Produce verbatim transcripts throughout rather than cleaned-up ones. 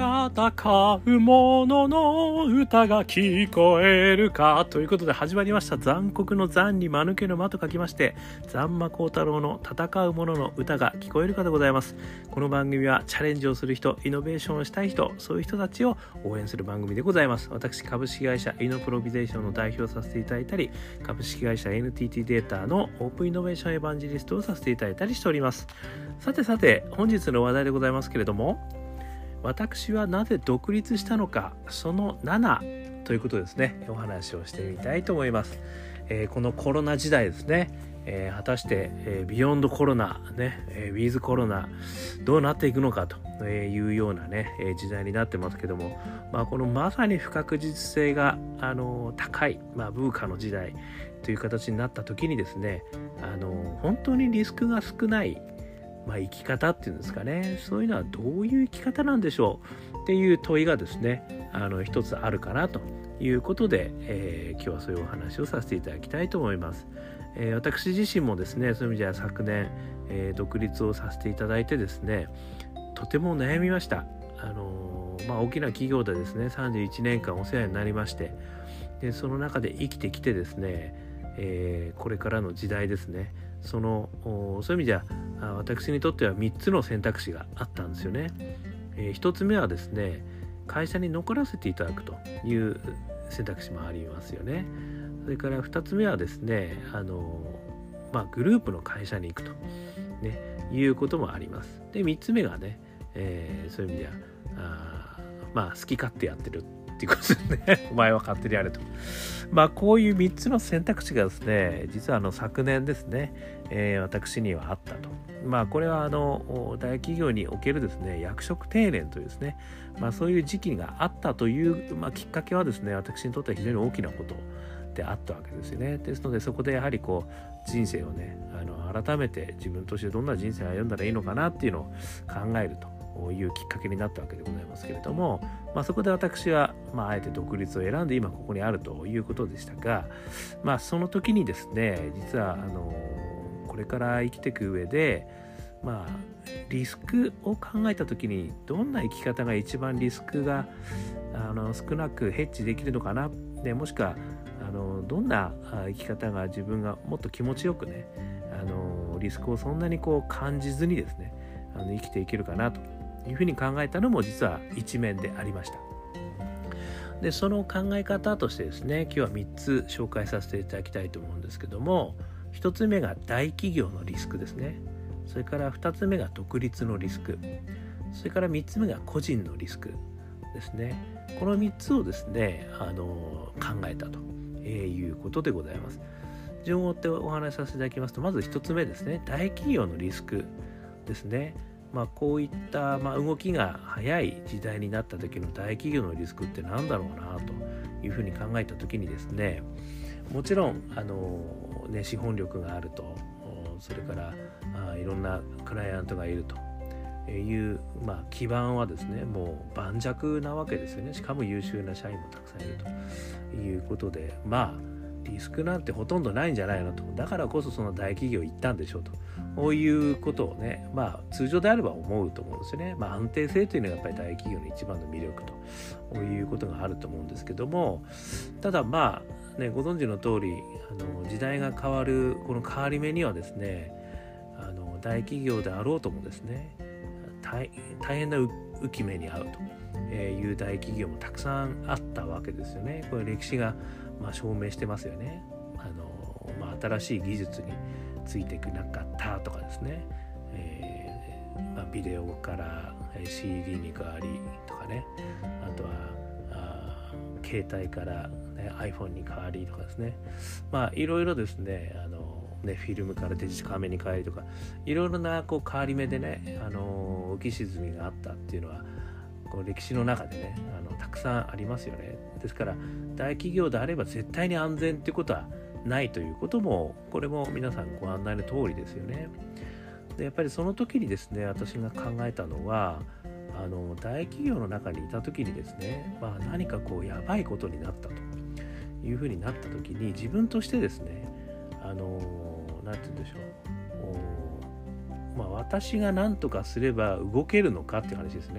戦う者の歌が聞こえるかということで始まりました。残酷の残に間抜けの間と書きまして、残魔高太郎の戦う者の歌が聞こえるかでございます。この番組はチャレンジをする人、イノベーションをしたい人、そういう人たちを応援する番組でございます。私、株式会社イノプロビゼーションの代表をさせていただいたり、株式会社 エヌティーティー データのオープンイノベーションエヴァンジリストをさせていただいたりしております。さてさて、本日の話題でございますけれども、私はなぜ独立したのか、そのななということですね、お話をしてみたいと思います。えー、このコロナ時代ですね、えー、果たして、えー、ビヨンドコロナ、ねえー、ウィズコロナどうなっていくのかというようなね、えー、時代になってますけども、まあ、このまさに不確実性が、あのー、高い、まあ、ブーカの時代という形になった時にですね、あのー、本当にリスクが少ないまあ、生き方っていうんですかね、そういうのはどういう生き方なんでしょうっていう問いがですね、あの一つあるかなということで、えー、今日はそういうお話をさせていただきたいと思います。えー、私自身もですね、そういう意味では昨年、えー、独立をさせていただいてですね、とても悩みました。あのーまあ、大きな企業でですねさんじゅういちねんかんお世話になりまして、でその中で生きてきてですね、えー、これからの時代ですね、そのそういう意味では私にとってはみっつの選択肢があったんですよね。えー、ひとつめはですね、会社に残らせていただくという選択肢もありますよね。それからふたつめはですね、あの、まあ、グループの会社に行くと、ね、いうこともあります。でみっつめがね、えー、そういう意味ではあまあ好き勝手やってるっていうことですね。お前は勝手にやれと。まあこういうみっつの選択肢がですね、実はあの昨年ですね、えー、私にはあったと。まあこれはあの大企業におけるですね、役職定年というですね、まあそういう時期があったという、まあ、きっかけはですね、私にとっては非常に大きなことであったわけですよね。ですのでそこでやはりこう人生をね、あの改めて自分としてどんな人生を歩んだらいいのかなっていうのを考えるというきっかけになったわけでございますけれども、まあ、そこで私は、まあ、あえて独立を選んで今ここにあるということでしたが、まあ、その時にですね、実はあのこれから生きていく上で、まあ、リスクを考えた時にどんな生き方が一番リスクがあの少なくヘッジできるのかな、でもしくはあのどんな生き方が自分がもっと気持ちよくね、あのリスクをそんなにこう感じずにですね、あの生きていけるかなというふうに考えたのも実は一面でありました。でその考え方としてですね、今日はみっつ紹介させていただきたいと思うんですけども、ひとつめが大企業のリスクですね。それからふたつめが独立のリスク、それからみっつめが個人のリスクですね。このみっつをですね、あの考えたということでございます。順を追ってお話しさせていただきますと、まずひとつめですね、大企業のリスクですね。まあ、こういった、まあ、動きが早い時代になった時の大企業のリスクって何だろうなというふうに考えた時にですね、もちろんあの、ね、資本力があると、それからあいろんなクライアントがいるという、まあ、基盤はですねもう盤石なわけですよね。しかも優秀な社員もたくさんいるということで、まあリスクなんてほとんどないんじゃないのと、だからこそその大企業行ったんでしょうと、こういうことをね、まあ通常であれば思うと思うんですよね。まあ安定性というのがやっぱり大企業の一番の魅力ということがあると思うんですけども、ただまあね、ご存知の通り、あの時代が変わるこの変わり目にはですね、あの大企業であろうともですね、大, 大変な浮き目に遭うという大企業もたくさんあったわけですよね。これ歴史がまあ証明してますよね。あの、まあ、新しい技術についていくなかったとかですね、えーまあ、ビデオから シーディー に変わりとかね、あとはあ携帯から、ね、iPhone に変わりとかですね、まあいろいろですね、あのねフィルムからデジカメに変わりとか、いろいろなこう変わり目でね、あの浮き沈みがあったっていうのはこう歴史の中でね、あのたくさんありますよね。ですから大企業であれば絶対に安全っていうことはないということも、これも皆さんご案内の通りですよね。でやっぱりその時にですね、私が考えたのは、あの大企業の中にいた時にですね、まあ、何かこうやばいことになったというふうになった時に、自分としてですね、あのなんて言うんでしょう、まあ、私が何とかすれば動けるのかっていう話ですね。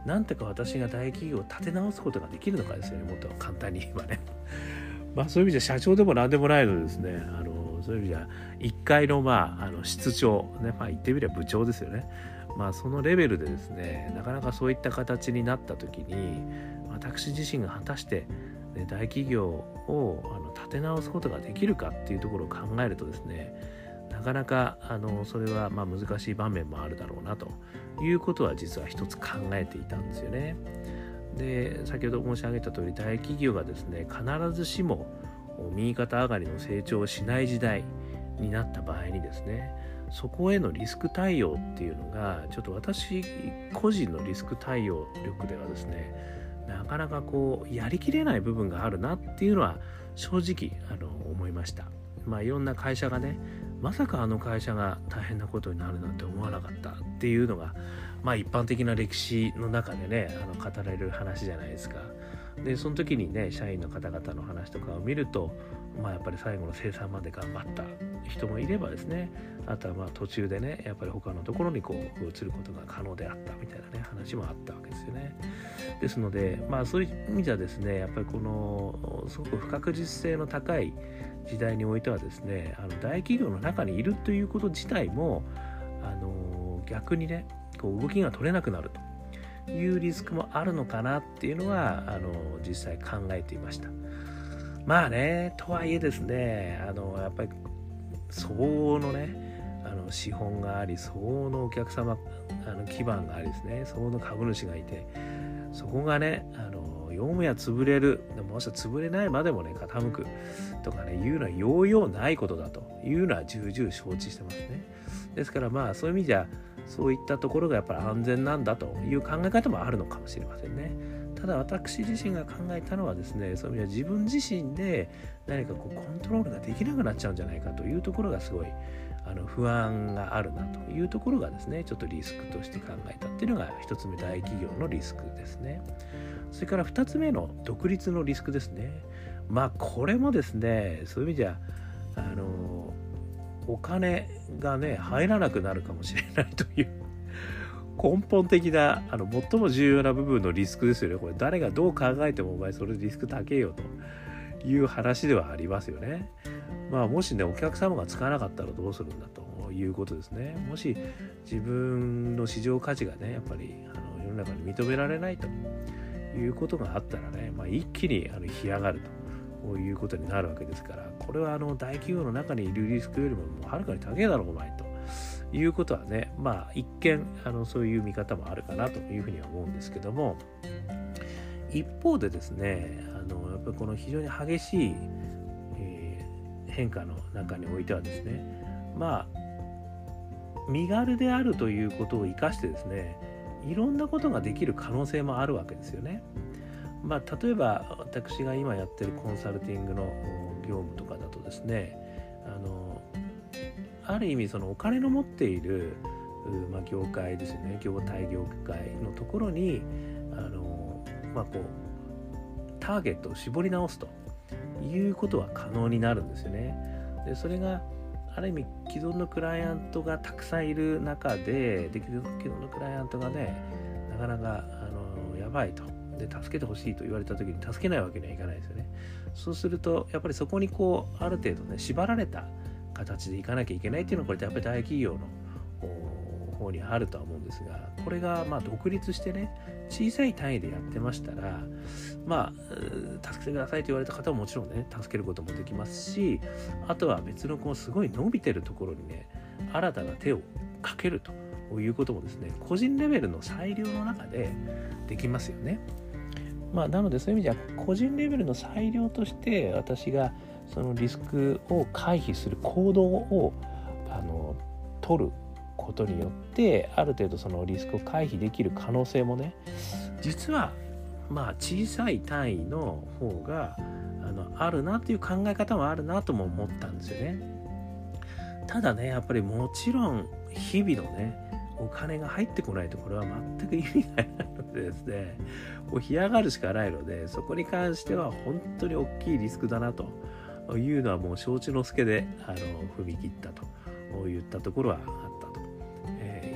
なんとか私が大企業を立て直すことができるのかですよね、もっと簡単に言えばね。まあそういう意味じゃ社長でも何でもないのでですね、あのそういう意味じゃいっかいのまああの室長ね、まあ言ってみれば部長ですよね。まあそのレベルでですね、なかなかそういった形になった時に、私自身が果たして、ね、大企業をあの立て直すことができるかっていうところを考えるとですね、なかなかあのそれはまあ難しい場面もあるだろうなということは実は一つ考えていたんですよね。で、先ほど申し上げた通り、大企業がですね必ずしも右肩上がりの成長をしない時代になった場合にですね、そこへのリスク対応っていうのがちょっと私個人のリスク対応力ではですね、なかなかこうやりきれない部分があるなっていうのは正直あの思いました。まあいろんな会社がね、まさかあの会社が大変なことになるなんて思わなかったっていうのが、まあ一般的な歴史の中でね、あの語られる話じゃないですか。で、その時にね、社員の方々の話とかを見ると、まあやっぱり最後の生産まで頑張った人もいればですね、あとはまあ途中でね、やっぱり他のところにこう移ることが可能であったみたいなね、話もあったわけですよね。ですので、まあそういう意味じゃですね、やっぱりこのすごく不確実性の高い時代においてはですね、あの大企業の中にいるということ自体もあの逆にね、こう動きが取れなくなるというリスクもあるのかなっていうのはあの実際考えていました。まあね、とはいえですね、あのやっぱり相応のね、あの資本があり、相応のお客様あの基盤がありですね、相応の株主がいて、そこがね、あのよもや潰れる、もし潰れないまでもね傾くとかねいうのはようようないことだというのは重々承知してますね。ですからまあそういう意味じゃそういったところがやっぱり安全なんだという考え方もあるのかもしれませんね。ただ私自身が考えたのはですね、そういう意味では自分自身で何かこうコントロールができなくなっちゃうんじゃないかというところがすごいあの不安があるなというところがですね、ちょっとリスクとして考えたっていうのが一つ目、大企業のリスクですね。それから二つ目の独立のリスクですね。まあこれもですね、そういう意味じゃあのお金がね入らなくなるかもしれないという根本的なあの最も重要な部分のリスクですよね。これ誰がどう考えてもお前それリスク高えよという話ではありますよね。まあもしねお客様がつかなかったらどうするんだということですね。もし自分の市場価値がねやっぱりあの世の中に認められないということがあったらね、まあ、一気にあの干上がるということになるわけですから、これはあの大企業の中にいるリスクよりももうはるかに高いだろうお前ということはね、まあ一見あのそういう見方もあるかなというふうには思うんですけども、一方でですね、あのやっぱりこの非常に激しい、えー、変化の中においてはですね、まあ身軽であるということを生かしてですね、いろんなことができる可能性もあるわけですよね。まあ例えば私が今やってるコンサルティングの業務とかだとですね、あのある意味そのお金の持っている、まあ、業界ですよね、業態業界のところにあの、まあ、こうターゲットを絞り直すということは可能になるんですよね。でそれがある意味既存のクライアントがたくさんいる中で、で既存のクライアントがねなかなかあのやばいとで助けてほしいと言われた時に助けないわけにはいかないですよね。そうするとやっぱりそこにこうある程度ね縛られた形でいかなきゃいけないっていうのはこれってやっぱり大企業の方にあるとは思うんですが、これがまあ独立してね小さい単位でやってましたら、まあ助けてくださいと言われた方ももちろんね助けることもできますし、あとは別のこうすごい伸びてるところにね新たな手をかけるということもですね、個人レベルの裁量の中でできますよね。まあなのでそういう意味じゃ個人レベルの裁量として私がそのリスクを回避する行動をあの取ることによってある程度そのリスクを回避できる可能性もね実はまあ小さい単位の方があのあるなっていう考え方もあるなとも思ったんですよね。ただねやっぱりもちろん日々のねお金が入ってこないとこれは全く意味がないのでですね、もう干上がるしかないので、そこに関しては本当に大きいリスクだなというのはもう承知の助であの踏み切ったといったところはあったと、え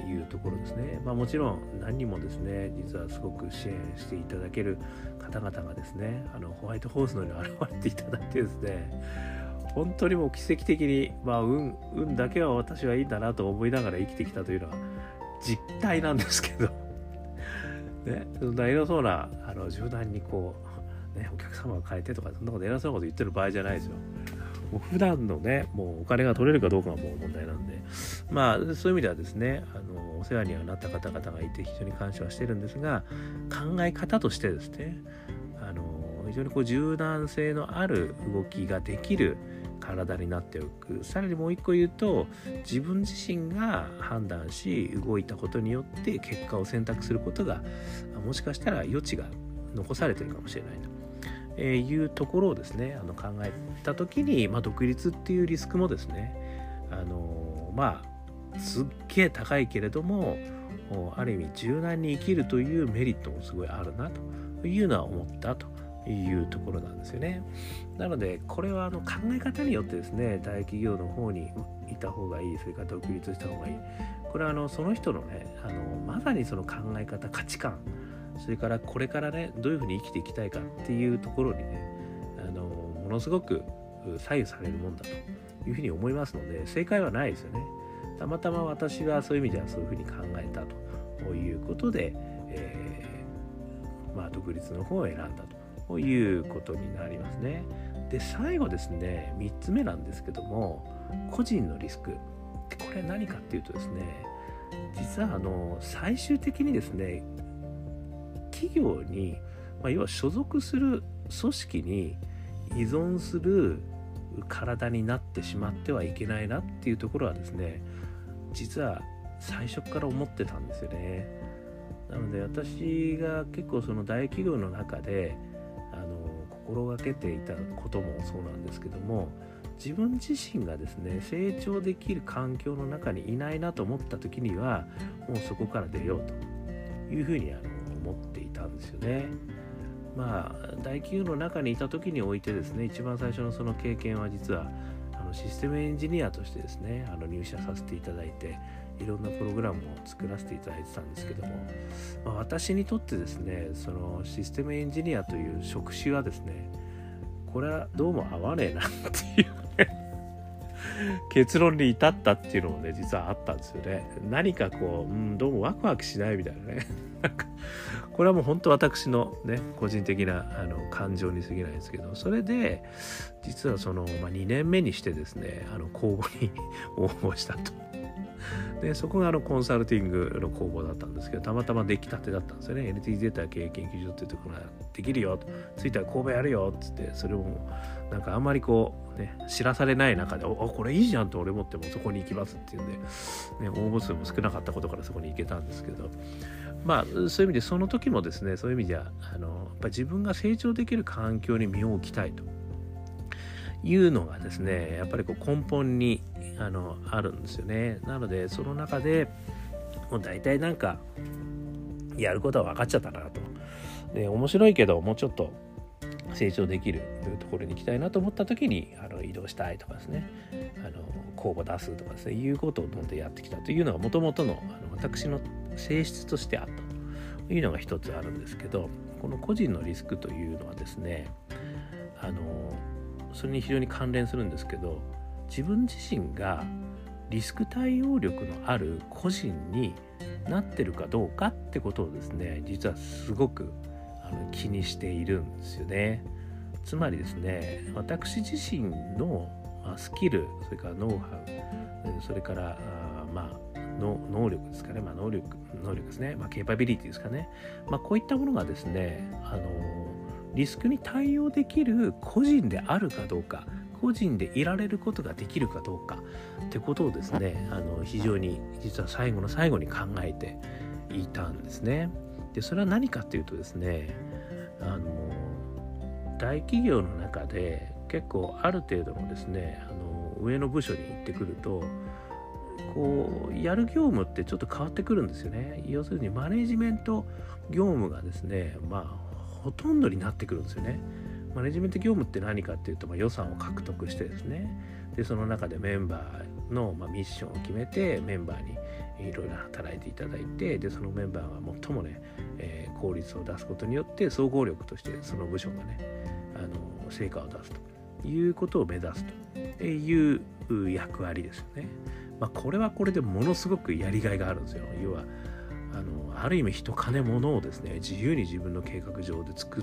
いうところですね。まあもちろん何人もですね、実はすごく支援していただける方々がですね、あのホワイトホースのように現れていただいてですね、本当にもう奇跡的に、まあ運、運だけは私はいいんだなと思いながら生きてきたというのは実態なんですけど、ね、そんな偉そうな、あの柔軟にこう、ね、お客様が変えてとか、そんなこと偉そうなこと言ってる場合じゃないですよ。もう普段のね、もうお金が取れるかどうかがもう問題なんで、まあそういう意味ではですね、あのお世話にはなった方々がいて非常に感謝はしてるんですが、考え方としてですね、あの非常にこう柔軟性のある動きができる体になっておく。さらにもう一個言うと、自分自身が判断し動いたことによって結果を選択することがもしかしたら余地が残されてるかもしれないと。えー、いうところをですね、あの考えたときに、まあ、独立っていうリスクもですね、あのー、まあすっげえ高いけれども、ある意味柔軟に生きるというメリットもすごいあるなというのは思ったというところなんですよね。なのでこれはあの考え方によってですね、大企業の方にいた方がいい、それから独立した方がいい、これはあのその人のね、あのまさにその考え方、価値観、それからこれからね、どういうふうに生きていきたいかっていうところにね、あのものすごく左右されるもんだというふうに思いますので、正解はないですよね。たまたま私はそういう意味ではそういうふうに考えたということで、えー、まあ独立の方を選んだということになりますね。で、最後ですね、みっつめなんですけども、個人のリスク。これ何かっていうとですね、実はあの最終的にですね、企業に、まあ、要は所属する組織に依存する体になってしまってはいけないなっていうところはですね、実は最初から思ってたんですよね。なので私が結構その大企業の中であの心がけていたこともそうなんですけども、自分自身がですね成長できる環境の中にいないなと思った時には、もうそこから出ようというふうにあの思っていたんですよね。まあ大企業の中にいた時においてですね、一番最初のその経験は実はあのシステムエンジニアとしてですね、あの入社させていただいて、いろんなプログラムを作らせていただいてたんですけども、まあ、私にとってですね、そのシステムエンジニアという職種はですね、これはどうも合わねえなっていうね結論に至ったっていうのもね、実はあったんですよね。何かこう、うん、どうもワクワクしないみたいなねなんかこれはもう本当私のね個人的なあの感情に過ぎないんですけど、それで実はその、まあ、にねんめにしてですね、あの公募に応募したと。でそこがあのコンサルティングの公募だったんですけど、たまたま出来たてだったんですよね。 エヌティー データ経営研究所っていうところができるよと、ついたら公募やるよっつって、それもなんかあんまりこうね知らされない中で、おこれいいじゃんと俺思ってもそこに行きますっていうんで、ね、応募数も少なかったことからそこに行けたんですけど、まあそういう意味でその時もですね、そういう意味じゃあのやっぱ自分が成長できる環境に身を置きたいというのがですね、やっぱりこう根本にあのあるんですよね。なのでその中でもう大体なんかやることは分かっちゃったなと、で面白いけどもうちょっと成長できるところに行きたいなと思った時にあの移動したいとかですね、あの公募出すとかですね、いうことをどんどんやってきたというのがもともとの私の性質としてあったというのが一つあるんですけど、この個人のリスクというのはですね、あのそれに非常に関連するんですけど、自分自身がリスク対応力のある個人になってるかどうかってことをですね、実はすごくあの気にしているんですよね。つまりですね、私自身のスキル、それからノウハウ、それからあまあの能力ですかね、まあ、能力能力ですね、まあ、ケーパビリティですかね、まあ、こういったものがですね、あのリスクに対応できる個人であるかどうか、個人でいられることができるかどうかってことをですね、あの非常に実は最後の最後に考えていたんですね。でそれは何かっていうとですね、あの大企業の中で結構ある程度のですね、あの上の部署に行ってくると、こうやる業務ってちょっと変わってくるんですよね。要するにマネジメント業務がですね、まあほとんどになってくるんですよね。マネジメント業務って何かっていうと、まあ、予算を獲得してですね、でその中でメンバーの、まあ、ミッションを決めてメンバーに、 いろいろ働いていただいて、でそのメンバーが最もね、えー、効率を出すことによって総合力としてその部署がねあの成果を出すということを目指すという役割ですよね。まあ、これはこれでものすごくやりがいがあるんですよ。要はあのある意味人金物をですね自由に自分の計画上で作って、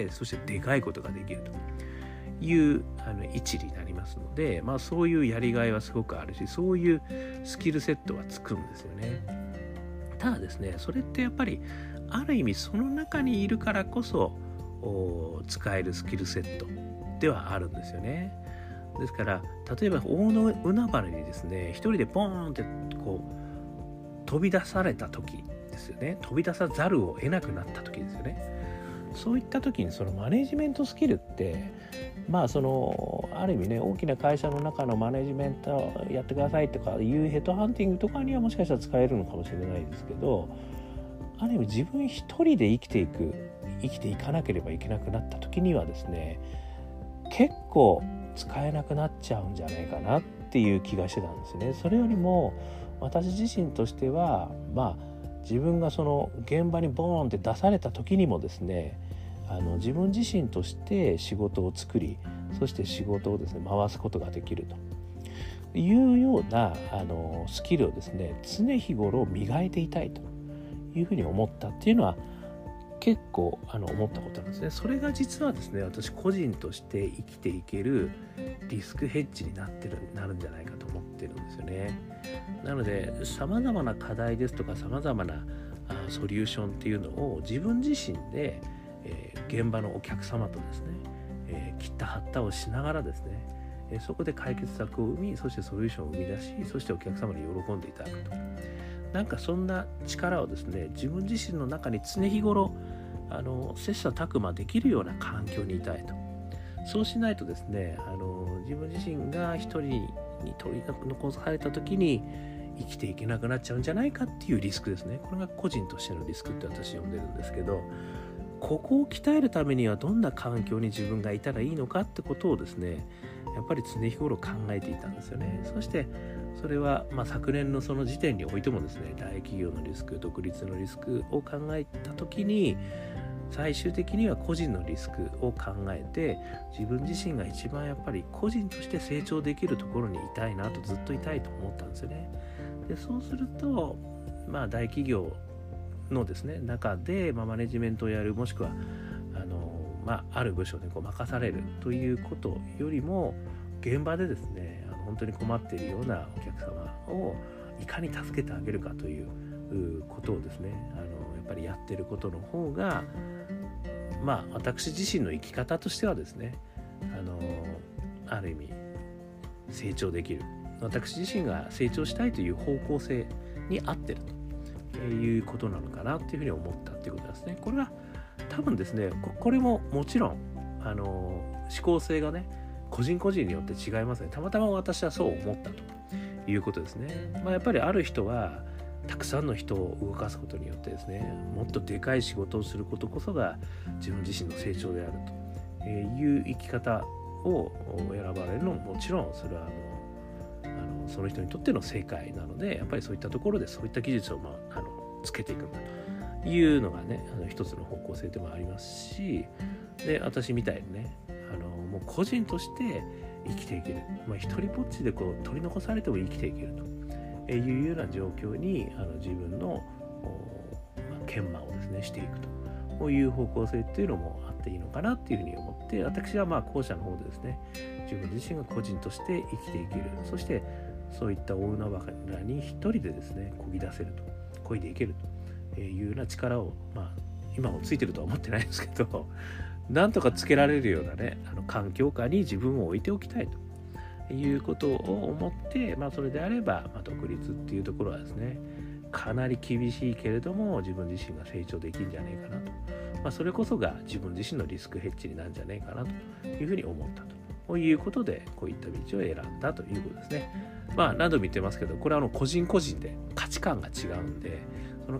そしてでかいことができるというあの一理になりますので、まあ、そういうやりがいはすごくあるし、そういうスキルセットはつくんですよね。ただですね、それってやっぱりある意味その中にいるからこそ使えるスキルセットではあるんですよね。ですから例えば大野海原にですね一人でポーンってこう飛び出された時ですよね。飛び出さざるを得なくなった時ですよね。そういった時にそのマネジメントスキルってまあそのある意味ね、大きな会社の中のマネジメントをやってくださいとかいうヘッドハンティングとかにはもしかしたら使えるのかもしれないですけど、ある意味自分一人で生きていく生きていかなければいけなくなった時にはですね、結構使えなくなっちゃうんじゃないかなっていう気がしてたんですね。それよりも私自身としてはまあ自分がその現場にボーンって出された時にもですね、あの自分自身として仕事を作り、そして仕事をですね回すことができるというようなあのスキルをですね常日頃磨いていたいというふうに思ったっていうのは結構あの思ったことなんですね。それが実はですね、私個人として生きていけるリスクヘッジになってるなるんじゃないかと思ってるんですよね。なので様々な課題ですとか様々なあソリューションっていうのを自分自身で、えー、現場のお客様とですね、えー、切った張ったをしながらですね、えー、そこで解決策を生み、そしてソリューションを生み出し、そしてお客様に喜んでいただくと、なんかそんな力をですね自分自身の中に常日頃あの切磋琢磨できるような環境にいたいと。そうしないとですね、あの自分自身が一人に取り残された時に生きていけなくなっちゃうんじゃないかっていうリスクですね。これが個人としてのリスクって私呼んでるんですけど、ここを鍛えるためにはどんな環境に自分がいたらいいのかってことをですねやっぱり常日頃考えていたんですよね。そしてそれは、まあ、昨年のその時点においてもですね、大企業のリスク、独立のリスクを考えた時に最終的には個人のリスクを考えて、自分自身が一番やっぱり個人として成長できるところにいたいなと、ずっといたいと思ったんですよね。でそうすると、まあ、大企業のですね中で、まあ、マネジメントをやる、もしくはあの、まあ、ある部署でこう任されるということよりも、現場でですねあの本当に困っているようなお客様をいかに助けてあげるかということをですねあのやっぱりやってることの方が、まあ私自身の生き方としてはですねあのある意味成長できる、私自身が成長したいという方向性に合ってるということなのかなというふうに思ったということですね。これは多分ですね こ, これももちろんあの思考性がね個人個人によって違いますね。たまたま私はそう思ったということですね。まあ、やっぱりある人はたくさんの人を動かすことによってですね、もっとでかい仕事をすることこそが自分自身の成長であるという生き方を選ばれるのももちろんそれはもうあのその人にとっての正解なので、やっぱりそういったところでそういった技術を、まあ、あのつけていくんだというのがねあの一つの方向性でもありますし、で私みたいにねあのもう個人として生きていける、まあ、一人ぼっちでこう取り残されても生きていけるというような状況にあの自分の、まあ、研磨をですねしていくとこういう方向性っていうのもあっていいのかなっていうふうに思って、私はまあ後者の方でですね自分自身が個人として生きていける、そしてそういった大海原に一人でですね漕ぎ出せると漕いでいけるというような力を、まあ今もついてるとは思ってないんですけど、なんとかつけられるようなねあの環境下に自分を置いておきたいということを思って、まあ、それであれば、まあ、独立っていうところはですねかなり厳しいけれども自分自身が成長できるんじゃないかなと、まあ、それこそが自分自身のリスクヘッジになるんじゃないかなというふうに思ったということで、こういった道を選んだということですね。まあ何度も言ってますけど、これはあの個人個人で価値観が違うんで、その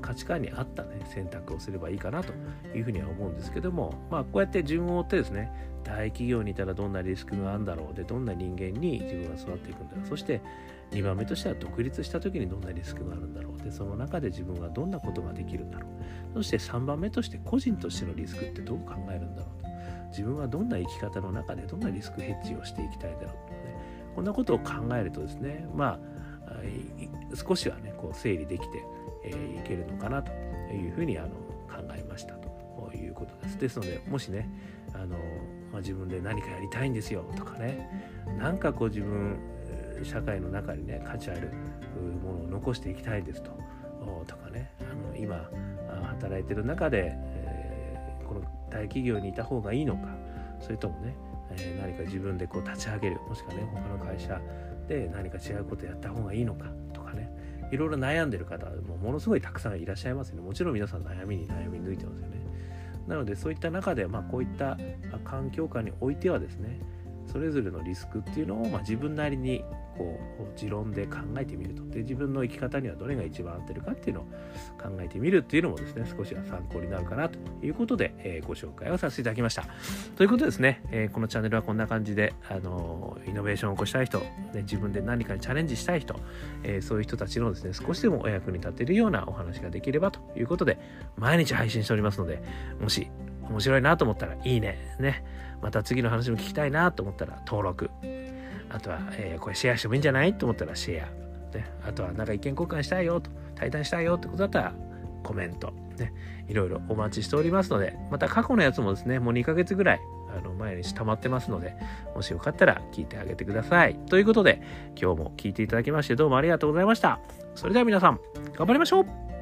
価値観に合ったね選択をすればいいかなというふうには思うんですけども、まあこうやって順を追ってですね、大企業にいたらどんなリスクがあるんだろう、でどんな人間に自分が育っていくんだろう、そしてにばんめとしては独立した時にどんなリスクがあるんだろう、でその中で自分はどんなことができるんだろう、そしてさんばんめとして個人としてのリスクってどう考えるんだろうと、自分はどんな生き方の中でどんなリスクヘッジをしていきたいだろうとね、こんなことを考えるとですね、まあ少しはねこう整理できて、えー、いけるのかなというふうにあの考えましたということです。ですので、もしねあの、まあ、自分で何かやりたいんですよとかね、なんかこう自分社会の中にね価値あるものを残していきたいですととかね、あの今働いてる中で、えー、この大企業にいた方がいいのか、それともね、えー、何か自分でこう立ち上げる、もしくはね他の会社で何か違うことやった方がいいのかとかね、いろいろ悩んでる方もものすごいたくさんいらっしゃいますよね。もちろん皆さん悩みに悩み抜いてますよね。なのでそういった中で、まあ、こういった環境下においてはですね、それぞれのリスクっていうのを、まあ、自分なりにこう持論で考えてみると、で自分の生き方にはどれが一番合ってるかっていうのを考えてみるっていうのもですね、少しは参考になるかなということで、えー、ご紹介をさせていただきました。ということでですね、えー、このチャンネルはこんな感じで、あのー、イノベーションを起こしたい人、ね、自分で何かにチャレンジしたい人、えー、そういう人たちのですね少しでもお役に立てるようなお話ができればということで毎日配信しておりますので、もし面白いなと思ったらいいね、ね、また次の話も聞きたいなと思ったら登録、あとは、えー、これシェアしてもいいんじゃないと思ったらシェア、ね、あとはなんか意見交換したいよと、対談したいよってことだったらコメント、ね、いろいろお待ちしておりますので、また過去のやつもですね、もうにかげつぐらいあの毎日溜まってますので、もしよかったら聞いてあげてください。ということで今日も聞いていただきましてどうもありがとうございました。それでは皆さん頑張りましょう。